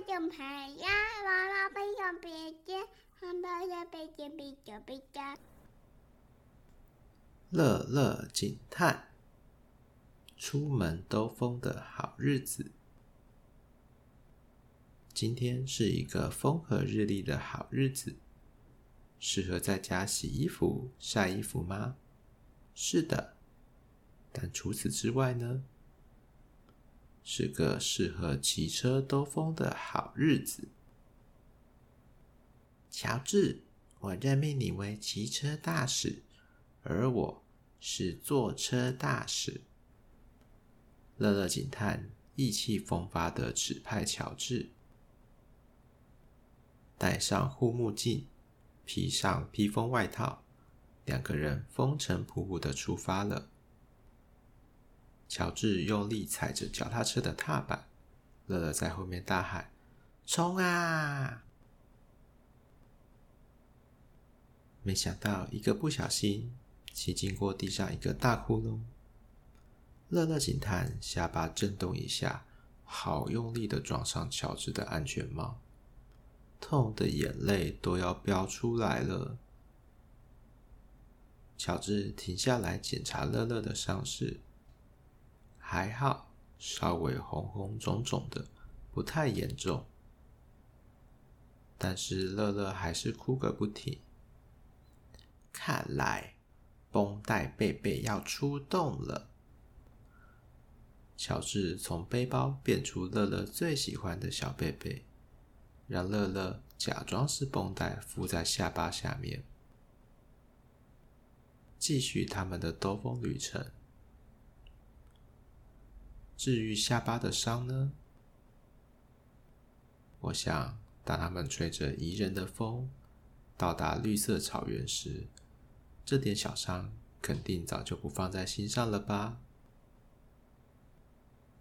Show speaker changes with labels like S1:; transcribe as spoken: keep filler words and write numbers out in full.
S1: 种牌呀，娃娃背上别针，汉堡的背针比较比较。
S2: 乐乐警探，出门兜风的好日子。今天是一个风和日丽的好日子，适合在家洗衣服、晒衣服吗？是的，但除此之外呢？是个适合骑车兜风的好日子。乔治，我任命你为骑车大使，而我是坐车大使。乐乐警探意气风发地指派乔治，戴上护目镜，披上披风外套，两个人风尘仆仆地出发了。乔治用力踩着脚踏车的踏板，乐乐在后面大喊：冲啊！没想到一个不小心骑经过地上一个大窟窿，乐乐警探下巴震动一下，好用力地撞上乔治的安全帽，痛的眼泪都要飙出来了。乔治停下来检查乐乐的伤势，还好，稍微红红肿肿的，不太严重。但是乐乐还是哭个不停。看来绷带贝贝要出动了。乔治从背包变出乐乐最喜欢的小贝贝，让乐乐假装是绷带附在下巴下面，继续他们的兜风旅程。至于下巴的伤呢？我想当他们吹着宜人的风到达绿色草原时，这点小伤肯定早就不放在心上了吧。